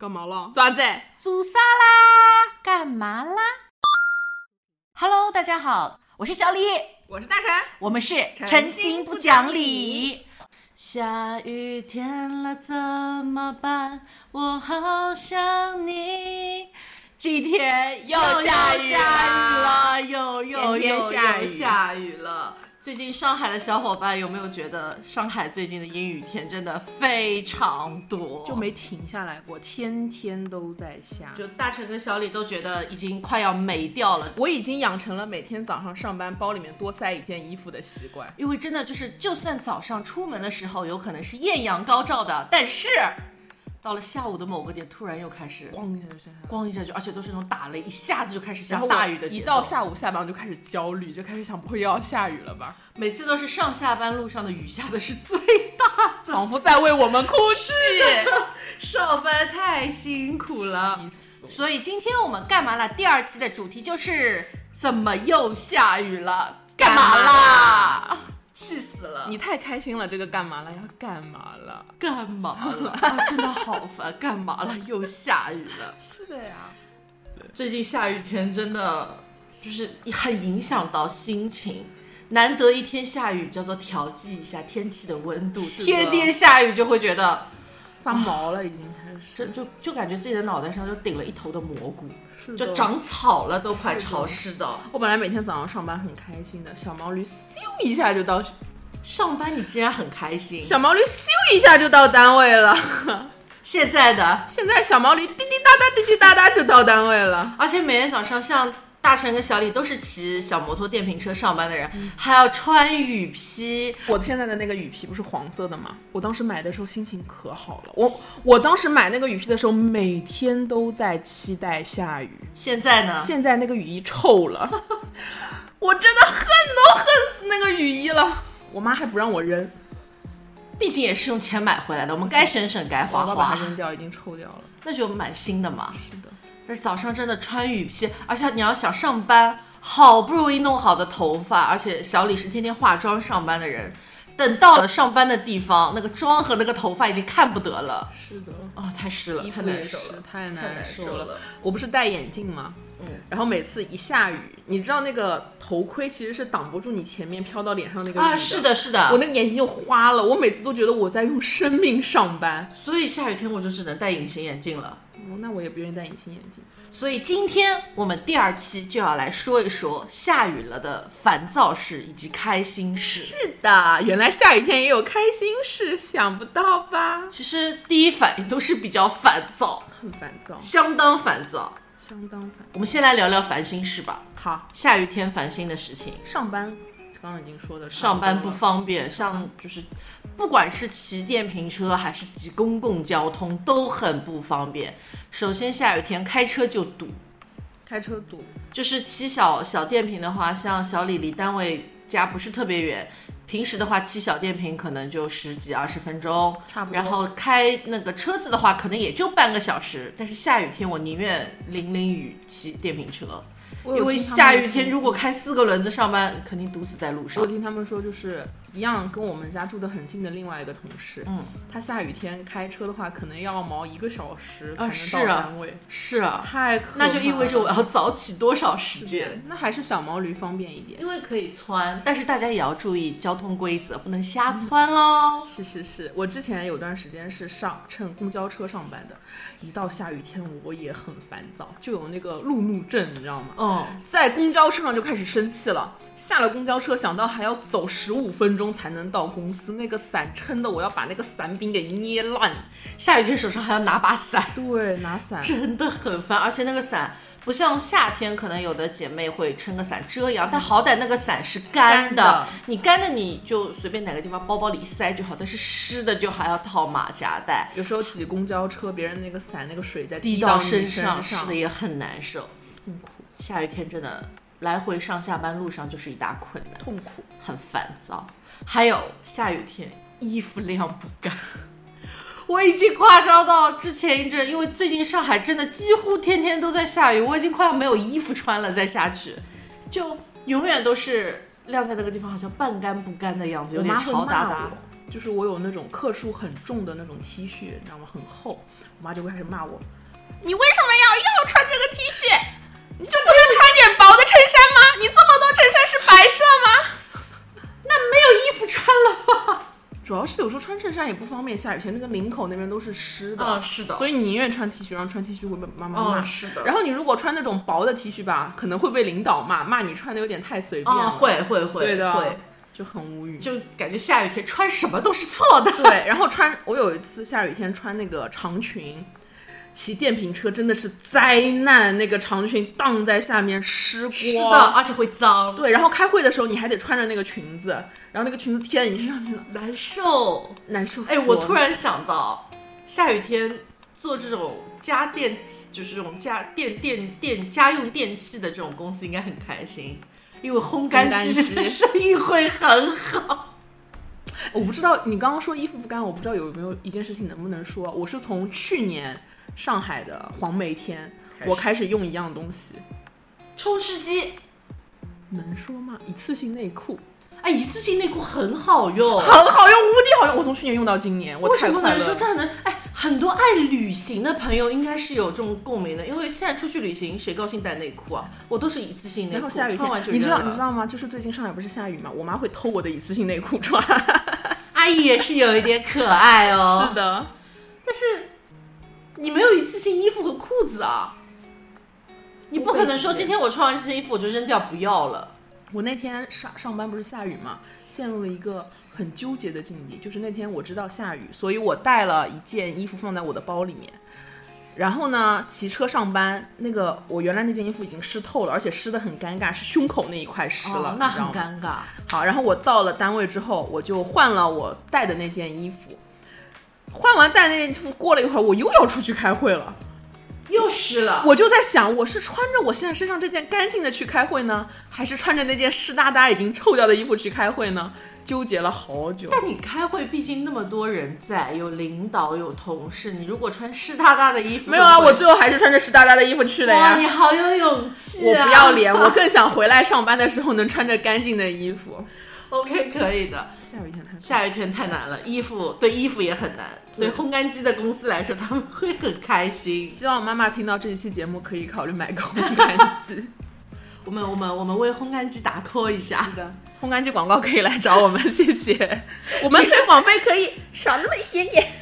干嘛了？爪子， 做啥啦？干嘛啦 ？Hello， 大家好，我是小李， 我是大陈， 我们是诚心不讲理。下雨天了怎么办？我好想你。今天又下雨了，又下雨了。最近上海的小伙伴有没有觉得上海最近的阴雨天真的非常多， 就没停下来过，天天都在下。 就大陈跟小李都觉得已经快要没掉了。 我已经养成了每天早上上班包里面多塞一件衣服的习惯， 因为真的就是就算早上出门的时候有可能是艳阳高照的，但是到了下午的某个点突然又开始咣一下就，而且都是那种打雷一下子就开始下大雨的节奏。 一到下午下班就开始焦虑，就开始想不会又要下雨了吧。 每次都是上下班路上的雨下的是最大的， 仿佛在为我们哭泣。 上班太辛苦了， 气死我。 所以今天我们干嘛了？第二期的主题就是怎么又下雨了？干嘛啦？气死了！ 你太开心了，这个干嘛了？要干嘛了？ 干嘛了？啊，真的好烦！干嘛了？又下雨了。 是的呀， 最近下雨天真的就是很影响到心情。难得一天下雨，叫做调剂一下天气的温度。天天下雨就会觉得发毛了，已经开始， 就感觉自己的脑袋上就顶了一头的蘑菇， 就长草了，都快潮湿的。 我本来每天早上上班很开心的，小毛驴咻一下就到上班，你竟然很开心。 小毛驴咻一下就到单位了。 现在小毛驴滴滴答答就到单位了， 而且每天早上像大陈跟小李都是骑小摩托电瓶车上班的人，还要穿雨披。 我现在的那个雨披不是黄色的吗？我当时买的时候心情可好了。我当时买那个雨披的时候，每天都在期待下雨。 现在呢？ 现在那个雨衣臭了，我真的恨都恨死那个雨衣了。我妈还不让我扔， 毕竟也是用钱买回来的，我们该省省，该花花。 我把它扔掉，已经臭掉了。 那就蛮新的嘛。 是的。 但是早上真的穿雨披，而且你要想上班，好不容易弄好的头发，而且小李是天天化妆上班的人，等到了上班的地方，那个妆和那个头发已经看不得了。 是的， 太湿了， 太难受了，太难受了。我不是戴眼镜吗？然后每次一下雨，你知道那个头盔其实是挡不住你前面飘到脸上那个雨的。 是的，是的。 我那个眼睛就花了，我每次都觉得我在用生命上班。 所以下雨天我就只能戴隐形眼镜了。 那我也不愿意戴隐形眼镜。 所以今天我们第二期就要来说一说下雨了的烦躁事以及开心事。 是的，原来下雨天也有开心事，想不到吧？ 其实第一反应都是比较烦躁， 很烦躁， 相当烦躁。我们先来聊聊烦心事吧。 好， 下雨天烦心的事情。 上班，刚刚已经说的， 上班不方便，像就是不管是骑电瓶车还是挤公共交通都很不方便。首先下雨天开车就堵，就是骑小电瓶的话，像小李离单位家不是特别远，平时的话骑小电瓶可能就10几20分钟， 差不多。 然后开那个车子的话，可能也就半个小时。但是下雨天我宁愿淋雨骑电瓶车。因为下雨天如果开4个轮子上班，肯定堵死在路上。 我听他们说，就是一样跟我们家住得很近的另外一个同事，他下雨天开车的话，可能要忙1个小时才能到单位。 是啊， 太可怕了。 那就意味着我要早起多少时间？ 那还是小毛驴方便一点， 因为可以窜，但是大家也要注意交通规则，不能瞎窜咯。 是，我之前有段时间是乘公交车上班的，一到下雨天我也很烦躁，就有那个路怒症，你知道吗？在公交车上就开始生气了，下了公交车想到还要走15分钟才能到公司，那个伞撑的我要把那个伞柄给捏烂， 下雨天手上还要拿把伞。 对，拿伞真的很烦，而且那个伞不像夏天可能有的姐妹会撑个伞遮阳，但好歹那个伞是干的，你干的你就随便哪个地方包包里塞就好，但是湿的就还要套马甲带。 有时候挤公交车，别人那个伞那个水在滴到身上，湿的也很难受， 痛苦。 下雨天真的来回上下班路上就是一大困难， 痛苦， 很烦躁。还有下雨天衣服晾不干，我已经夸张到之前一阵，因为最近上海真的几乎天天都在下雨，我已经快要没有衣服穿了，再下去就永远都是晾在那个地方，好像半干不干的样子，有点潮哒哒。 就是我有那种克数很重的那种 T 恤，你知道吗？很厚，我妈就会开始骂我，你为什么要穿这个 T 恤？你就不能穿点薄的衬衫吗？你这么多衬衫是白色吗？ 那没有衣服穿了吧？ 主要是有时候穿衬衫也不方便，下雨天那个领口那边都是湿的， 是的， 所以你宁愿穿 T 恤，让穿 T 恤会被妈妈骂。 是的。 然后你如果穿那种薄的 T 恤吧，可能会被领导骂你穿的有点太随便了。 会， 对的， 会， 就很无语， 就感觉下雨天穿什么都是错的。 对，然后我有一次下雨天穿那个长裙。骑电瓶车真的是灾难，那个长裙荡在下面湿光， 是的，而且会脏。 对，然后开会的时候你还得穿着那个裙子，然后那个裙子贴在你身上， 难受死了。我突然想到，下雨天做这种家电，就是这种家用电器的这种公司应该很开心，因为烘干机的生意会很好。 我不知道你刚刚说衣服不干，我不知道有没有一件事情能不能说，我是从去年上海的黄梅天我开始用一样东西， 抽湿机。 能说吗？一次性内裤。 一次性内裤很好用， 很好用，无敌好用。我从去年用到今年，我太快乐了。为什么能说这样的？很多爱旅行的朋友应该是有这种共鸣的，因为现在出去旅行谁高兴带内裤啊？我都是一次性内裤， 然后下雨穿完就你知道吗？就是最近上海不是下雨吗？我妈会偷我的一次性内裤穿。 阿姨也是有一点可爱哦。 是的， 但是你没有一次性衣服和裤子啊，你不可能说今天我穿完这件衣服我就扔掉不要了。 我那天上班不是下雨嘛，陷入了一个很纠结的境地，就是那天我知道下雨，所以我带了一件衣服放在我的包里面，然后呢骑车上班，那个我原来那件衣服已经湿透了，而且湿得很尴尬，是胸口那一块湿了， 那很尴尬。 好，然后我到了单位之后，我就换了我带的那件衣服，换完带那件衣服过了一会儿，我又要出去开会了， 又湿了。 我就在想，我是穿着我现在身上这件干净的去开会呢，还是穿着那件湿哒哒已经臭掉的衣服去开会呢？纠结了好久。 但你开会毕竟那么多人在，有领导有同事，你如果穿湿哒哒的衣服， 没有啊，我最后还是穿着湿哒哒的衣服去了呀。 哇，你好有勇气啊！我不要脸，我更想回来上班的时候能穿着干净的衣服。 OK， 可以的。下雨天太难了，衣服也很难，对烘干机的公司来说他们会很开心。 希望妈妈听到这一期节目可以考虑买个烘干机。 我们为烘干机打 call 一下。 是的，烘干机广告可以来找我们，谢谢。我们推广费可以少那么一点点。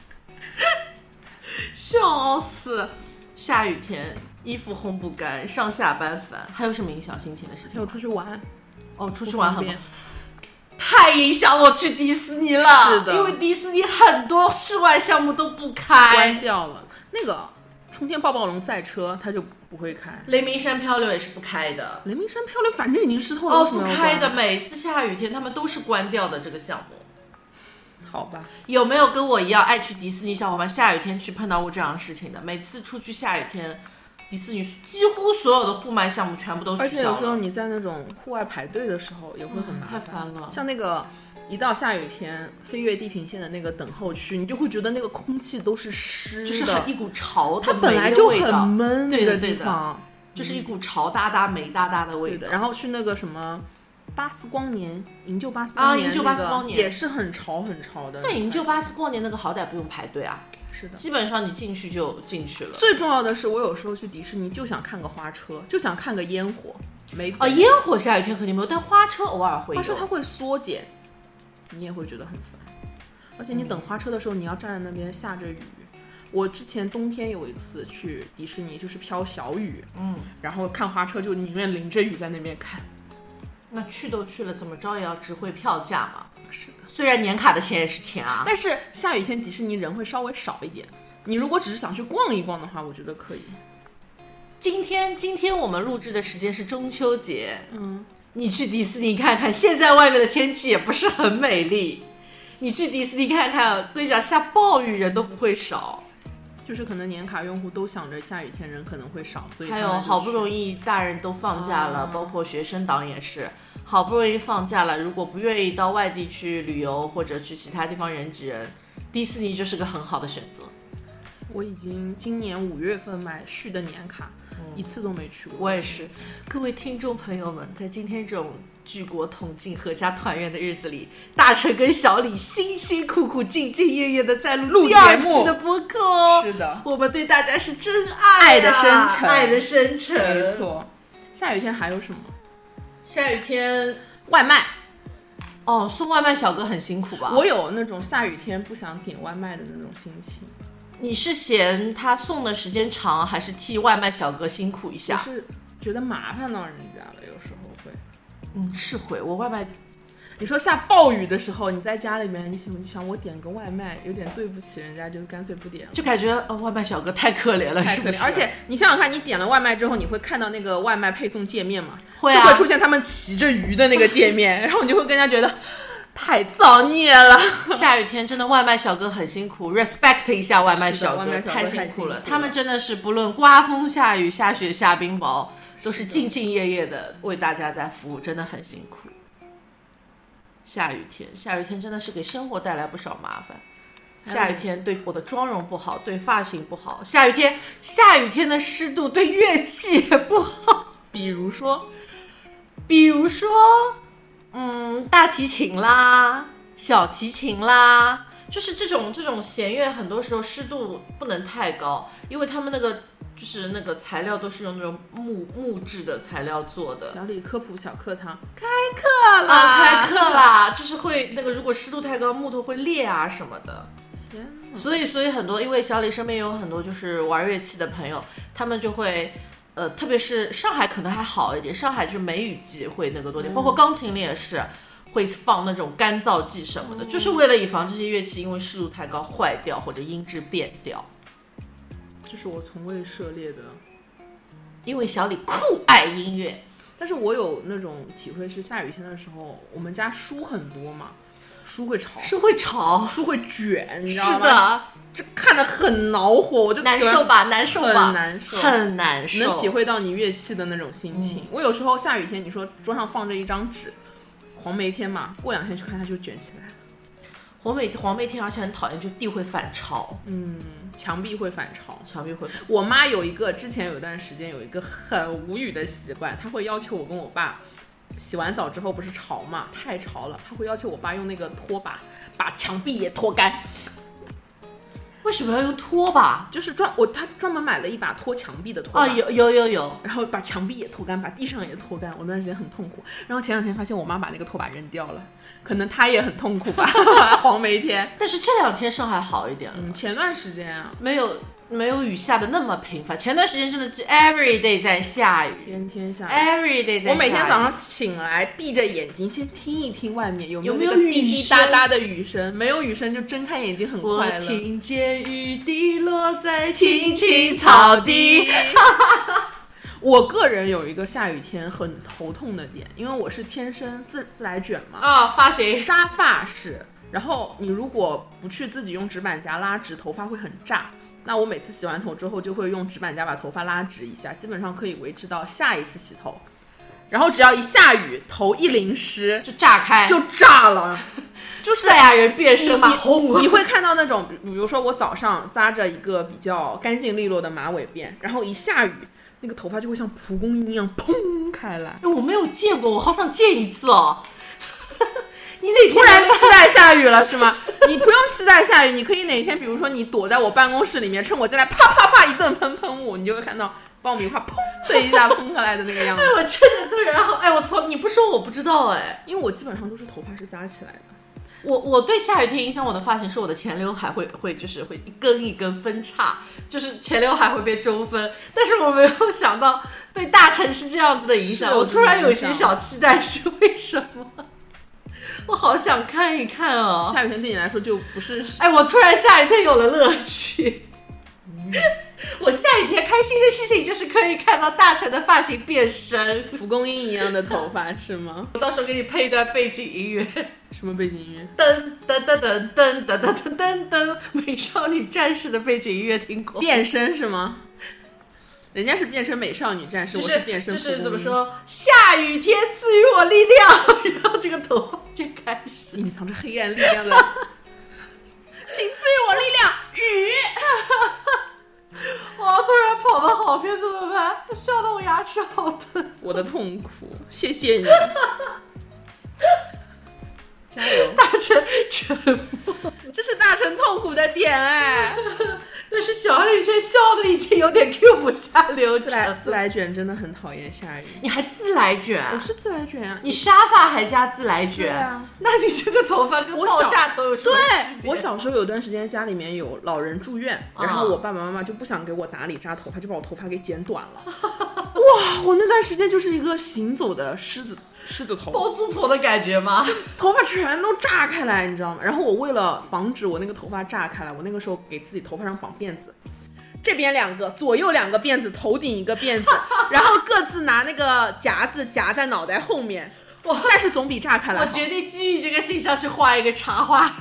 笑死！下雨天衣服烘不干，上下班烦，还有什么影响心情的事情？ 还有出去玩。 出去玩很太影响我去迪士尼了。 是的， 因为迪士尼很多室外项目都不开， 关掉了。那个冲天抱抱龙赛车它就不会开， 雷鸣山漂流也是不开的。 雷鸣山漂流反正已经湿透了， 不开的。每次下雨天他们都是关掉的这个项目。 好吧， 有没有跟我一样爱去迪士尼小伙伴下雨天去碰到过这样的事情的？每次出去下雨天，迪士尼几乎所有的户外项目全部都取消了。 而且有时候你在那种户外排队的时候也会很麻烦， 太烦了。 像那个一到下雨天飞越地平线的那个等候区，你就会觉得那个空气都是湿的， 就是很一股潮的， 它本来就很闷那个地方， 就是一股潮哒哒霉哒哒的味道。 然后去那个什么巴斯光年，营救巴斯光年， 营救巴斯光年也是很潮很潮的。 但营救巴斯光年那个好歹不用排队啊。 是的， 基本上你进去就进去了。 最重要的是，我有时候去迪士尼就想看个花车，就想看个烟火， 烟火下雨天肯定没有，但花车偶尔会有。 花车它会缩减，你也会觉得很烦。而且你等花车的时候，你要站在那边下着雨。我之前冬天有一次去迪士尼，就是飘小雨，然后看花车就宁愿淋着雨在那边看。 那去都去了，怎么着也要值回票价嘛。 是的， 虽然年卡的钱也是钱啊， 但是下雨天迪士尼人会稍微少一点。你如果只是想去逛一逛的话，我觉得可以。 今天我们录制的时间是中秋节，你去迪士尼看看，现在外面的天气也不是很美丽，你去迪士尼看看，跟你讲下暴雨人都不会少。 就是可能年卡用户都想着下雨天人可能会少，所以还有好不容易大人都放假了，包括学生党也是好不容易放假了，如果不愿意到外地去旅游或者去其他地方人挤人，迪士尼就是个很好的选择。 我已经今年5月份买续的年卡， 一次都没去过。 我也是。各位听众朋友们，在今天这种举国同庆、阖家团圆的日子里，大成跟小李辛辛苦苦、兢兢业业的在录第2期的播客哦。 是的， 我们对大家是真爱的深沉， 爱的深沉。 没错。下雨天还有什么？ 下雨天外卖。 哦，送外卖小哥很辛苦吧？ 我有那种下雨天不想点外卖的那种心情。 你是嫌他送的时间长，还是替外卖小哥辛苦一下？ 我是觉得麻烦到人家了，有时候会。 是会。我外卖， 你说下暴雨的时候，你在家里面，你想我点个外卖，有点对不起人家，就干脆不点了， 就感觉外卖小哥太可怜了， 太可怜。 是不是？ 而且你想想看，你点了外卖之后，你会看到那个外卖配送界面嘛？ 会啊， 就会出现他们骑着鱼的那个界面，然后你就会更加觉得太造孽了。 下雨天真的外卖小哥很辛苦 ，respect 一下外卖小哥，太辛苦了。他们真的是不论刮风下雨、下雪下冰雹，都是兢兢业业的为大家在服务，真的很辛苦。下雨天真的是给生活带来不少麻烦。下雨天对我的妆容不好，对发型不好。下雨天的湿度对乐器也不好。 比如说， 大提琴啦，小提琴啦，就是这种弦乐，很多时候湿度不能太高，因为他们就是那个材料都是用那种木质的材料做的。 小李科普小课堂开课啦！就是会那个，如果湿度太高，木头会裂啊什么的。所以很多，因为小李身边有很多就是玩乐器的朋友，他们就会特别是上海可能还好一点，上海就是梅雨季会那个多点，包括钢琴里也是会放那种干燥剂什么的，就是为了以防这些乐器因为湿度太高坏掉或者音质变掉。 这是我从未涉猎的， 因为小李酷爱音乐。 但是我有那种体会是下雨天的时候，我们家书很多嘛，书会潮，书会卷，你知道吗？ 是的， 这看得很恼火，我就难受吧， 很难受，能体会到你乐器的那种心情。我有时候下雨天，你说桌上放着一张纸，黄梅天嘛，过2天去看它就卷起来了。 黄梅天，而且很讨厌，就地会反潮， 墙壁会反潮。 我妈之前有一段时间有一个很无语的习惯，她会要求我跟我爸洗完澡之后不是潮嘛，太潮了，她会要求我爸用那个拖把把墙壁也拖干。 为什么要用拖把？ 就是他专门买了一把拖墙壁的拖把。 有， 然后把墙壁也拖干，把地上也拖干。我那段时间很痛苦。然后前2天发现我妈把那个拖把扔掉了，可能她也很痛苦吧。黄梅天。 但是这2天上海好一点了。 前段时间啊， 没有雨下的那么频繁，前段时间真的是 every day 在下雨， 天天下雨 ，every day 在下雨。 我每天早上醒来，闭着眼睛先听一听外面有没有那个滴滴答答的雨声，没有雨声就睁开眼睛很快乐。 我听见雨滴落在青青草地。 我个人有一个下雨天很头痛的点，因为我是天生自来卷嘛， 发型沙发是，然后你如果不去自己用直板夹拉直，头发会很炸。那我每次洗完头之后就会用直板夹把头发拉直一下，基本上可以维持到下一次洗头。然后只要一下雨，头一淋湿就炸开， 就炸了。 就是赛亚人变身嘛， 你会看到那种，比如说我早上扎着一个比较干净利落的马尾辫，然后一下雨，那个头发就会像蒲公英一样砰开来。 我没有见过，我好想见一次哦。 你哪天突然期待下雨了是吗？你不用期待下雨，你可以哪天比如说你躲在我办公室里面，趁我进来啪啪啪一顿喷雾，你就会看到爆米花砰的一下喷下来的那个样子。 我真的突然好，我操！你不说我不知道因为我基本上都是头发是扎起来的。 我对下雨天影响我的发型是我的前刘海会就是会一根一根分叉，就是前刘海会被中分，但是我没有想到对大成是这样子的影响，我突然有些小期待，是为什么？我好想看一看哦。 下雨天对你来说就不是我突然下雨天有了乐趣。我下雨天开心的事情就是可以看到大成的发型变身， 蒲公英一样的头发是吗？ 我到时候给你配一段背景音乐。 什么背景音乐？ 噔噔噔噔噔噔噔噔噔，美少女战士的背景音乐听过？ 变身是吗？人家是变成美少女战士，我是变身蒲公英。 就是怎么说？下雨天赐予我力量，然后这个头发就开始隐藏着黑暗力量的，请赐予我力量，雨。 我突然跑得好偏，怎么办？ 我的痛苦，谢谢你。加油！ 大成沉默， 这是大成痛苦的点哎。 但是小李却笑的已经有点 Q 不下流程。 自来卷真的很讨厌下雨。 你还自来卷？ 我是自来卷啊。 你沙发还加自来卷？对啊。 那你这个头发跟爆炸头有什么区别？ 对，我小时候有段时间家里面有老人住院，然后我爸爸妈妈就不想给我打理扎头发，就把我头发给剪短了。哇，我那段时间就是一个行走的狮子头， 包租婆的感觉吗？ 头发全都炸开来，你知道吗？然后我为了防止我那个头发炸开来，我那个时候给自己头发上绑辫子，这边2个，左右2个辫子，头顶1个辫子，然后各自拿那个夹子夹在脑袋后面，但是总比炸开来好。 我决定基于这个形象去画一个插画。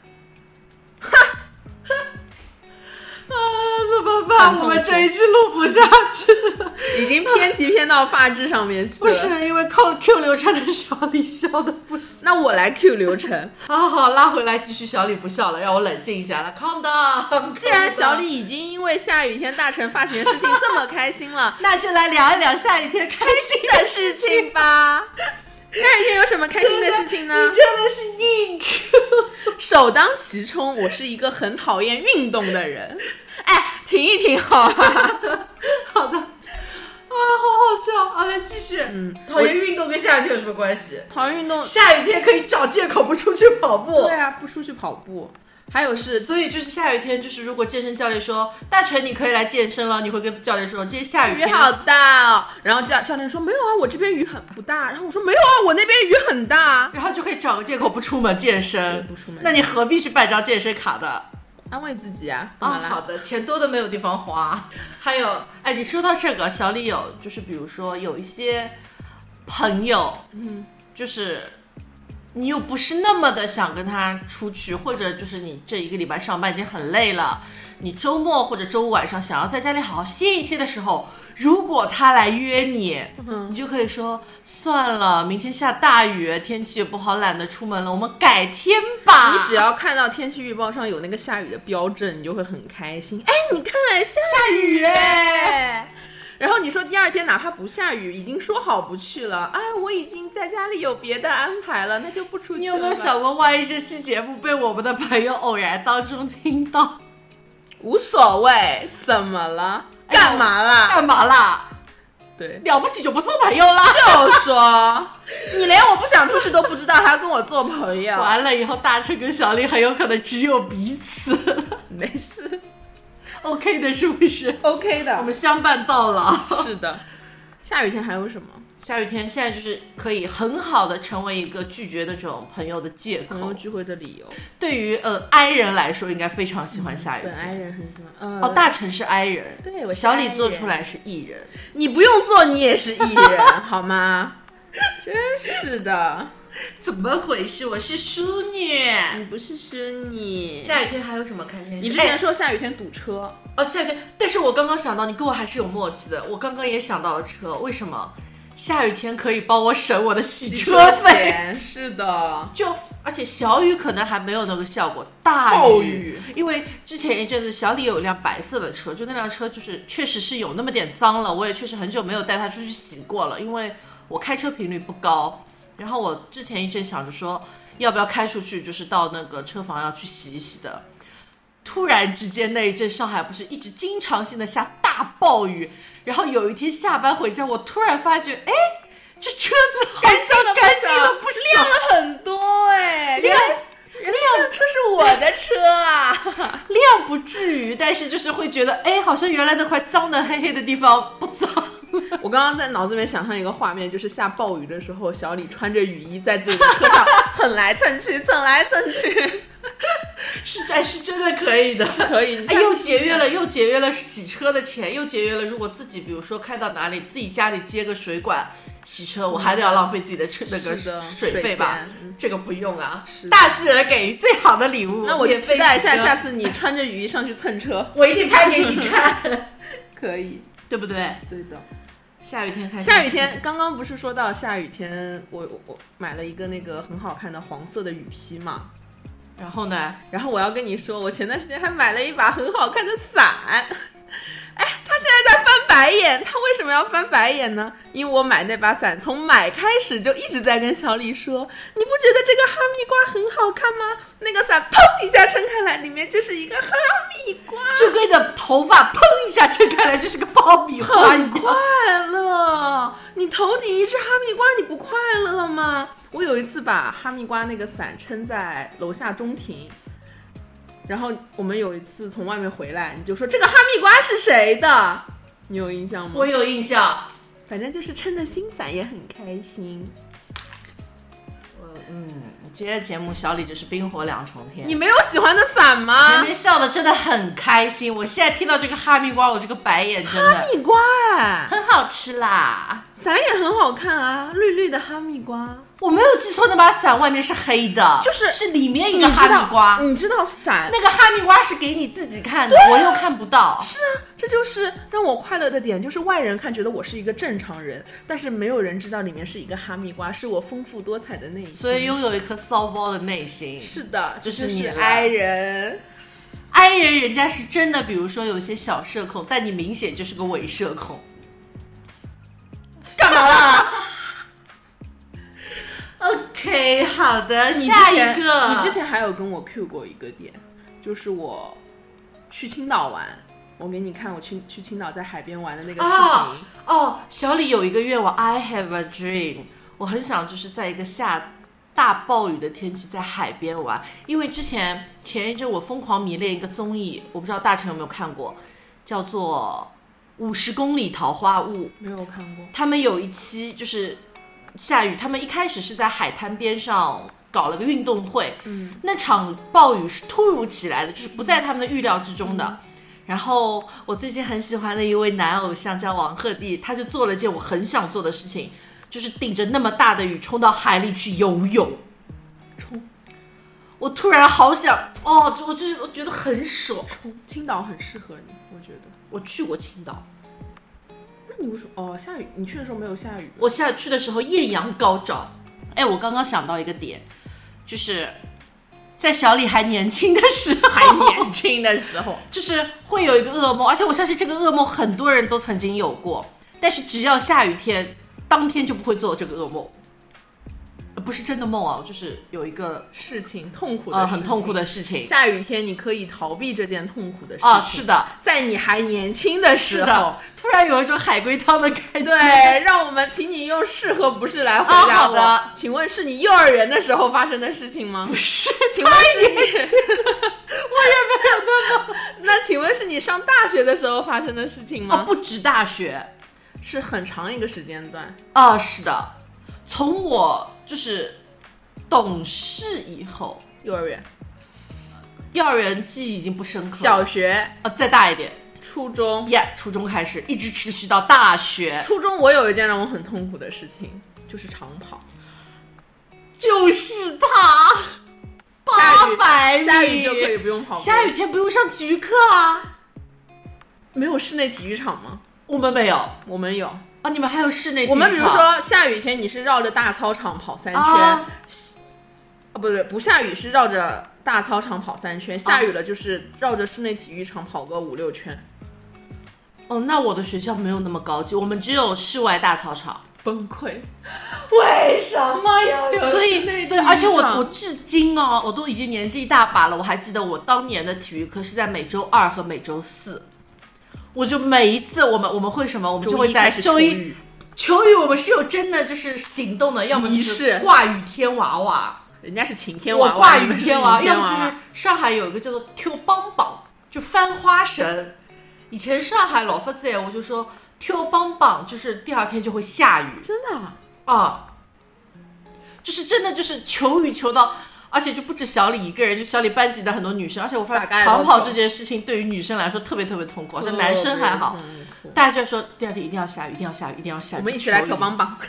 怎么办？我们这一期录不下去了， 已经偏到发质上面去了。 不是因为扣 Q 流程的小李笑的不行， 那我来 Q 流程。 好，拉回来继续。小李不笑了，让我冷静一下了。calm down。 既然小李已经因为下雨天大成发型的事情这么开心了， 那就来聊一聊下雨天开心的事情吧。 下雨天有什么开心的事情呢？ 你真的是硬 Q。 首当其冲，我是一个很讨厌运动的人。哎，停一停好吧。 好的。好好笑。好，来继续。讨厌运动跟下雨天有什么关系？ 讨厌运动， 下雨天可以找借口不出去跑步。 对啊，不出去跑步。还有是， 所以就是下雨天，就是如果健身教练说大成你可以来健身了，你会跟教练说今天下雨天雨好大哦，然后教练说没有啊，我这边雨很不大，然后我说没有啊，我那边雨很大， 然后就可以找个借口不出门健身。 不出门， 那你何必去办张健身卡的？ 安慰自己啊。 好的，钱多的没有地方花。还有，哎，你说到这个，小李有就是比如说有一些朋友，就是你又不是那么的想跟他出去，或者就是你这一个礼拜上班已经很累了，你周末或者周五晚上想要在家里好好歇一歇的时候，如果他来约你，你就可以说算了，明天下大雨，天气也不好，懒得出门了，我们改天吧。 你只要看到天气预报上有那个下雨的标志，你就会很开心。哎，你看下雨哎。然后你说第2天哪怕不下雨，已经说好不去了，哎，我已经在家里有别的安排了，那就不出去了。 你有没有想过，万一这期节目被我们的朋友偶然当中听到？ 无所谓，怎么了？干嘛啦？ 干嘛啦？ 对， 了不起就不做朋友啦。 就说你连我不想出去都不知道，还要跟我做朋友， 完了以后大成跟小李很有可能只有彼此。 没事。 OK 的，是不是 ？OK 的， 我们相伴到老。 是的。下雨天还有什么？ 下雨天现在就是可以很好的成为一个拒绝的这种朋友的借口， 朋友聚会的理由。 对于I 人来说，应该非常喜欢下雨天。 对 I 人很喜欢。 大成是 I 人， 对，我小李做出来是 E 人， 你不用做，你也是 E 人，好吗？真是的。 怎么回事？我是淑女， 你不是淑女。 下雨天还有什么开心？ 你之前说下雨天堵车。 下雨天，但是我刚刚想到，你跟我还是有默契的。我刚刚也想到了车，为什么？下雨天可以帮我省我的洗车费。 是的， 而且小雨可能还没有那个效果，大暴雨。 因为之前一阵子小李有一辆白色的车，就那辆车就是确实是有那么点脏了，我也确实很久没有带它出去洗过了，因为我开车频率不高。然后我之前一直想着说要不要开出去，就是到那个车房要去洗一洗的。突然之间那一阵上海不是一直经常性的下大暴雨，然后有一天下班回家，我突然发觉，哎，这车子好像干净了不少， 亮了很多哎，原来这辆车是我的车啊。 亮不至于，但是就是会觉得，哎，好像原来那块脏的黑黑的地方不脏。 我刚刚在脑子里面想象一个画面，就是下暴雨的时候，小李穿着雨衣在自己的车上蹭来蹭去，蹭来蹭去。 是真的可以的， 可以。 又节约了洗车的钱，又节约了如果自己比如说开到哪里，自己家里接个水管洗车，我还得要浪费自己的那个水费吧？这个不用啊，大自然给予最好的礼物。 那我就期待一下，下次你穿着雨衣上去蹭车， 我一定拍给你看。 可以， 对不对？ 对的。 下雨天刚刚不是说到下雨天，我买了一个那个很好看的黄色的雨披嘛。 然后呢？ 然后我要跟你说，我前段时间还买了一把很好看的伞。哎，它现在在翻白眼。他为什么要翻白眼呢？因为我买那把伞从买开始就一直在跟小李说，你不觉得这个哈密瓜很好看吗？那个伞砰一下撑开来，里面就是一个哈密瓜， 就跟你的头发砰一下撑开来就是个爆米花一样， 很快乐。你头顶一只哈密瓜，你不快乐吗？我有一次把哈密瓜那个伞撑在楼下中庭，然后我们有一次从外面回来，你就说这个哈密瓜是谁的？你有印象吗？ 我有印象。 反正就是撑着新伞也很开心。 今天节目小李就是冰火两重天。 你没有喜欢的伞吗？ 前面笑的真的很开心，我现在听到这个哈密瓜，我这个白眼真的。 哈密瓜很好吃啦， 伞也很好看啊，绿绿的哈密瓜。 我没有记错，那把伞外面是黑的，是里面一个哈密瓜。 你知道伞那个哈密瓜是给你自己看的，我又看不到。 是啊，这就是让我快乐的点，就是外人看觉得我是一个正常人，但是没有人知道里面是一个哈密瓜，是我丰富多彩的内心。 所以拥有一颗骚包的内心。 是的， 就是你爱人。 爱人人家是真的，比如说有些小社恐，但你明显就是个伪社恐。 干嘛啦 ？OK， 好的，下一个。 你之前还有跟我 Q 过一个点，就是我去青岛玩，我给你看我去青岛在海边玩的那个视频。 小李有一个愿望 ，I have a dream， 我很想就是在一个下大暴雨的天气在海边玩，因为前一阵我疯狂迷恋一个综艺，我不知道大成有没有看过，叫做50公里桃花坞。 没有看过。 他们有一期就是下雨，他们一开始是在海滩边上搞了个运动会，那场暴雨是突如其来的，就是不在他们的预料之中的。然后我最近很喜欢的一位男偶像叫王鹤棣，他就做了件我很想做的事情，就是顶着那么大的雨冲到海里去游泳。我突然好想我觉得很爽。 青岛很适合你，我觉得。 我去过青岛。 那你为什么下雨？你去的时候没有下雨？ 我去的时候艳阳高照。我刚刚想到一个点，就是在小李还年轻的时候，就是会有一个噩梦，而且我相信这个噩梦很多人都曾经有过，但是只要下雨天，当天就不会做这个噩梦。不是真的梦啊，就是有一个事情，痛苦的事情， 很痛苦的事情。 下雨天你可以逃避这件痛苦的事情。 是的， 在你还年轻的时候， 突然有一种海龟汤的感觉。 对，让我们请你用是和不是来回答我。 好的， 请问是你幼儿园的时候发生的事情吗？ 不是， 请问是你， 我也没有那么。 那请问是你上大学的时候发生的事情吗？ 不止大学， 是很长一个时间段。 是的，从我就是懂事以后， 幼儿园记忆已经不深刻了。 小学再大一点， 初中初中开始，一直持续到大学。 初中我有一件让我很痛苦的事情，就是长跑。 就是它，800米， 下雨就可以不用跑步。 下雨天不用上体育课啊？ 没有室内体育场吗？ 我们没有， 我们有。 你们还有室内体育场？ 我们比如说下雨天，你是绕着大操场跑3圈，不下雨是绕着大操场跑3圈，下雨了就是绕着室内体育场跑个5-6圈。 那我的学校没有那么高级，我们只有室外大操场。 崩溃，为什么要有所以而且我至今我都已经年纪一大把了，我还记得我当年的体育课是在每周2和每周4。我就每一次我们会什么，我们就会在周一求雨，我们是有真的就是行动的，要么就是挂雨天娃娃， 人家是晴天娃娃， 我挂雨天娃娃，要么就是上海有一个叫做跳帮帮，就翻花绳。以前上海老发子我就说跳帮帮，就是第2天就会下雨， 真的就是真的就是求雨求到。而且就不止小李一个人，就小李班级的很多女生，而且我发现长跑这件事情对于女生来说特别特别痛苦，好像男生还好。大家就说第2天一定要下雨，一定要下雨，一定要下雨。 我们一起来跳帮帮。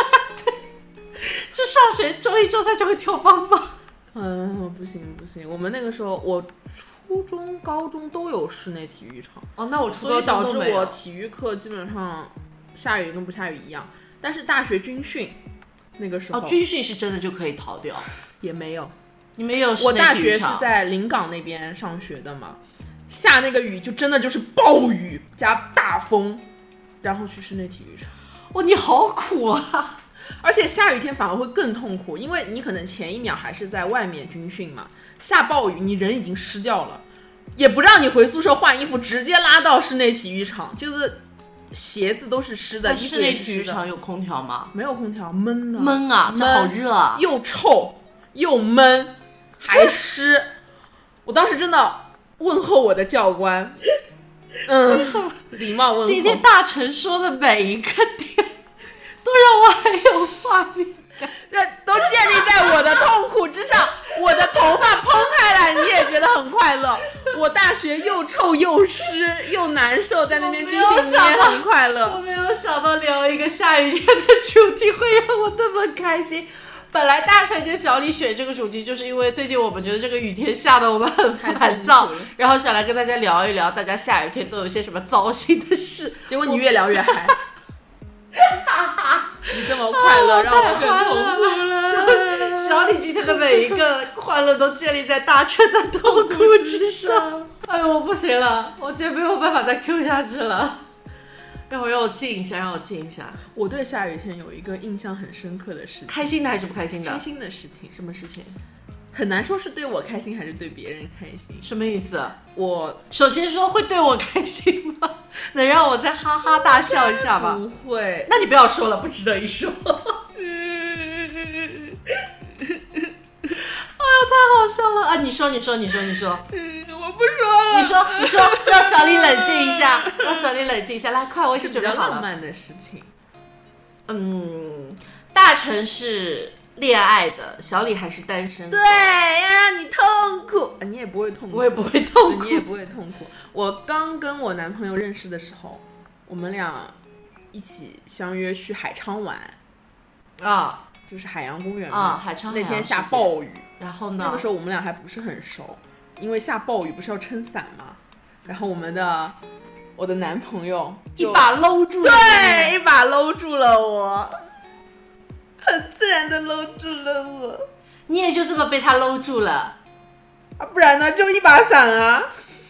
就上学周1周3就会跳帮帮。 不行，我们那个时候我初中、高中都有室内体育场。 那我初高中都没有，所以导致我体育课基本上下雨跟不下雨一样。但是大学军训那个时候， 军训是真的就可以逃掉。 也没有， 你没有。 我大学是在临港那边上学的嘛，下那个雨就真的就是暴雨加大风， 然后去室内体育场。 哦，你好苦啊！ 而且下雨天反而会更痛苦，因为你可能前一秒还是在外面军训嘛，下暴雨你人已经湿掉了，也不让你回宿舍换衣服，直接拉到室内体育场，就是鞋子都是湿的。 室内体育场有空调吗？ 没有空调，闷的。 闷啊，这好热啊， 又臭又闷还湿。我当时真的问候我的教官，礼貌问候。 今天大成说的每一个点都让我很有画面感， 都建立在我的痛苦之上。我的头发蓬开来，你也觉得很快乐。我大学又臭又湿又难受，在那边军训你也很快乐。 我没有想到聊一个下雨天的主题会让我那么开心。本来大成跟小李选这个主题，就是因为最近我们觉得这个雨天下的我们很烦躁，然后想来跟大家聊一聊，大家下雨天都有些什么糟心的事。 结果你越聊越嗨。你这么快乐，让我更痛苦了。小李今天的每一个欢乐都建立在大成的痛苦之上。哎呦，我不行了，我今天没有办法再 Q 下去了。让我静一下。 我对下雨天有一个印象很深刻的事情。 开心的还是不开心的？ 开心的事情。 什么事情？ 很难说是对我开心还是对别人开心。 什么意思？ 我首先说会对我开心吗？能让我再哈哈大笑一下吗？ 不会。 那你不要说了，不值得一说。哎呦，太好笑了啊！你说。 我不说了。 你说，让小李冷静一下，来，快，我已经准备好了。 是比较浪漫的事情。 大成是恋爱的，小李还是单身。 对呀，你痛苦，你也不会痛苦， 我也不会痛苦， 你也不会痛苦。我刚跟我男朋友认识的时候，我们俩一起相约去海昌玩啊， 就是海洋公园啊，海昌。 那天下暴雨， 然后呢？ 那个时候我们俩还不是很熟，因为下暴雨不是要撑伞吗？然后我的男朋友一把搂住了， 对，一把搂住了我。很自然的搂住了我， 你也就这么被他搂住了啊？不然呢？就一把伞啊！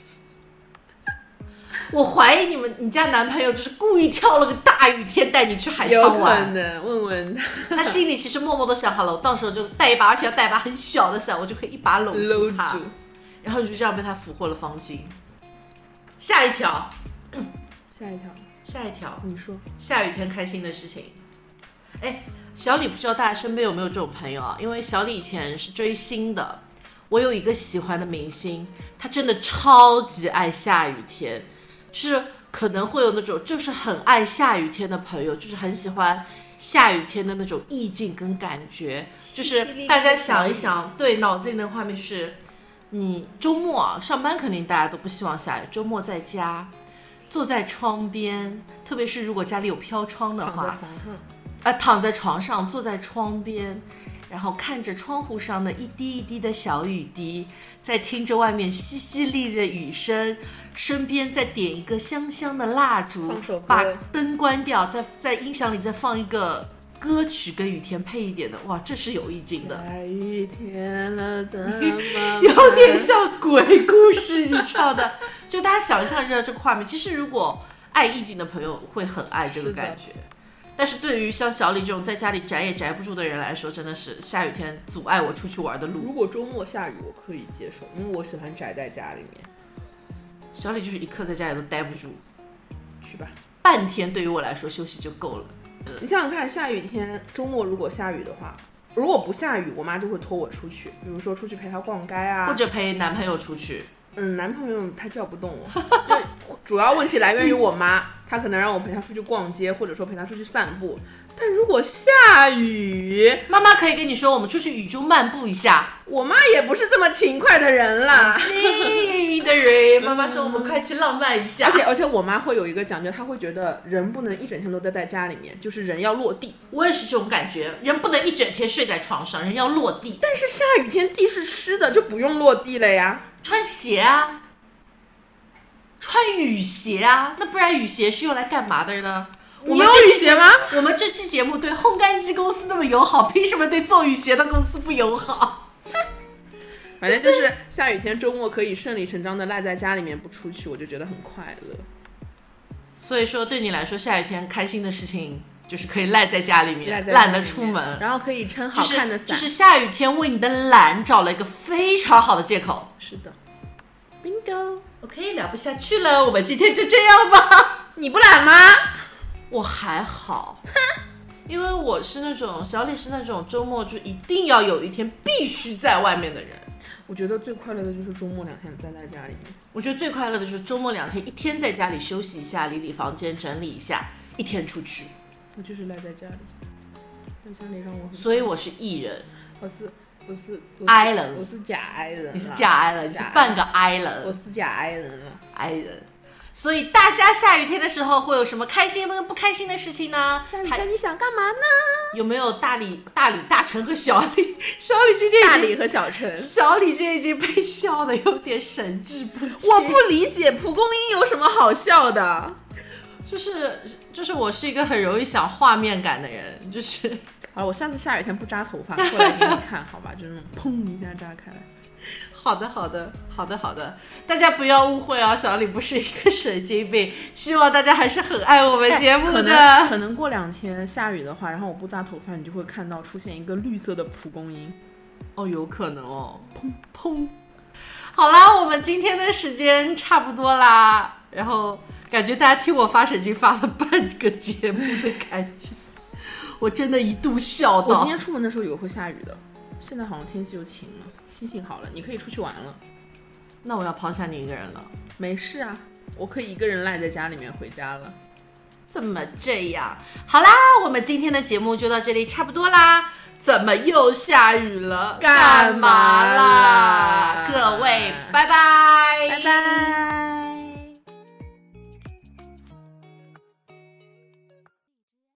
我怀疑你家男朋友就是故意挑了个大雨天带你去海昌玩， 有可能。问问他， 他心里其实默默都想好了，我到时候就带一把，而且要带一把很小的伞，我就可以一把搂住他，然后你就这样被他俘获了芳心。下一条， 你说下雨天开心的事情。哎，小李不知道大家身边有没有这种朋友啊？因为小李以前是追星的，我有一个喜欢的明星，他真的超级爱下雨天，就是可能会有那种就是很爱下雨天的朋友，就是很喜欢下雨天的那种意境跟感觉，就是大家想一想，对，脑子里的画面就是你周末啊上班肯定大家都不希望下雨，周末在家坐在窗边，特别是如果家里有飘窗的话，躺在床上，坐在窗边，然后看着窗户上的一滴一滴的小雨滴，再听着外面淅淅沥沥的雨声，身边再点一个香香的蜡烛，把灯关掉，在音响里再放一个歌曲跟雨天配一点的，哇，这是有意境的。 下雨天了怎么有点像鬼故事你唱的，就大家想象一下这个画面。其实如果爱意境的朋友会很爱这个感觉。但是对于像小李这种在家里宅也宅不住的人来说，真的是下雨天阻碍我出去玩的路。 如果周末下雨我可以接受，因为我喜欢宅在家里面。 小李就是一刻在家里都待不住， 去吧， 半天对于我来说休息就够了。 你想想看，下雨天周末如果下雨的话，如果不下雨，我妈就会拖我出去，比如说出去陪她逛街啊， 或者陪男朋友出去。 男朋友他叫不动我，就主要问题来源于我妈，她可能让我陪她出去逛街，或者说陪她出去散步。但如果下雨， 妈妈可以跟你说我们出去雨中漫步一下。 我妈也不是这么勤快的人啦。 的人，妈妈说我们快去浪漫一下。 而且我妈会有一个讲究，她会觉得人不能一整天都待在家里面，就是人要落地。 我也是这种感觉，人不能一整天睡在床上，人要落地。 但是下雨天地是湿的，就不用落地了呀。 穿鞋啊，穿雨鞋啊，那不然雨鞋是用来干嘛的呢？ 你有雨鞋吗？ 我们这期节目对烘干机公司那么友好，凭什么对做雨鞋的公司不友好？ 反正就是下雨天周末可以顺理成章的赖在家里面不出去，我就觉得很快乐。 所以说对你来说下雨天开心的事情就是可以赖在家里面， 懒得出门， 然后可以撑好看的伞， 就是下雨天为你的懒找了一个非常好的借口。 是的 ，bingo。 OK， 聊不下去了，我们今天就这样吧。 你不懒吗？ 我还好，因为我是那种小李是那种周末就一定要有一天必须在外面的人。 我觉得最快乐的就是周末2天待在家里面。 我觉得最快乐的就是周末2天，一天在家里休息一下，理理房间，整理一下，一天出去。 我就是赖在家里，在家里让我很。 所以我是艺人， 我是 I 人， 我是假 I 人， 你是假 I 人，你是半个 I 人， 我是假 I 人了 ，I 人。所以大家下雨天的时候会有什么开心跟不开心的事情呢？ 下雨天你想干嘛呢？ 有没有大陈和小李？小李今天大李和小陈， 小李今天已经被笑得有点神志不清。 我不理解蒲公英有什么好笑的， 就是我是一个很容易想画面感的人，就是好了，我下次下雨天不扎头发过来给你看，好吧？就是那种砰一下扎开来。 好的，大家不要误会哦，小李不是一个神经病，希望大家还是很爱我们节目的。 可能过2天下雨的话，然后我不扎头发，你就会看到出现一个绿色的蒲公英。 哦，有可能哦，砰砰。好啦，我们今天的时间差不多啦，然后感觉大家听我发神经发了半个节目的感觉，我真的一度笑到。 我今天出门的时候以为会下雨的，现在好像天气又晴了。心情好了，你可以出去玩了。 那我要抛下你一个人了。 没事啊，我可以一个人赖在家里面回家了。 怎么这样？好啦，我们今天的节目就到这里差不多啦。怎么又下雨了？干嘛啦？各位，拜拜， 拜拜。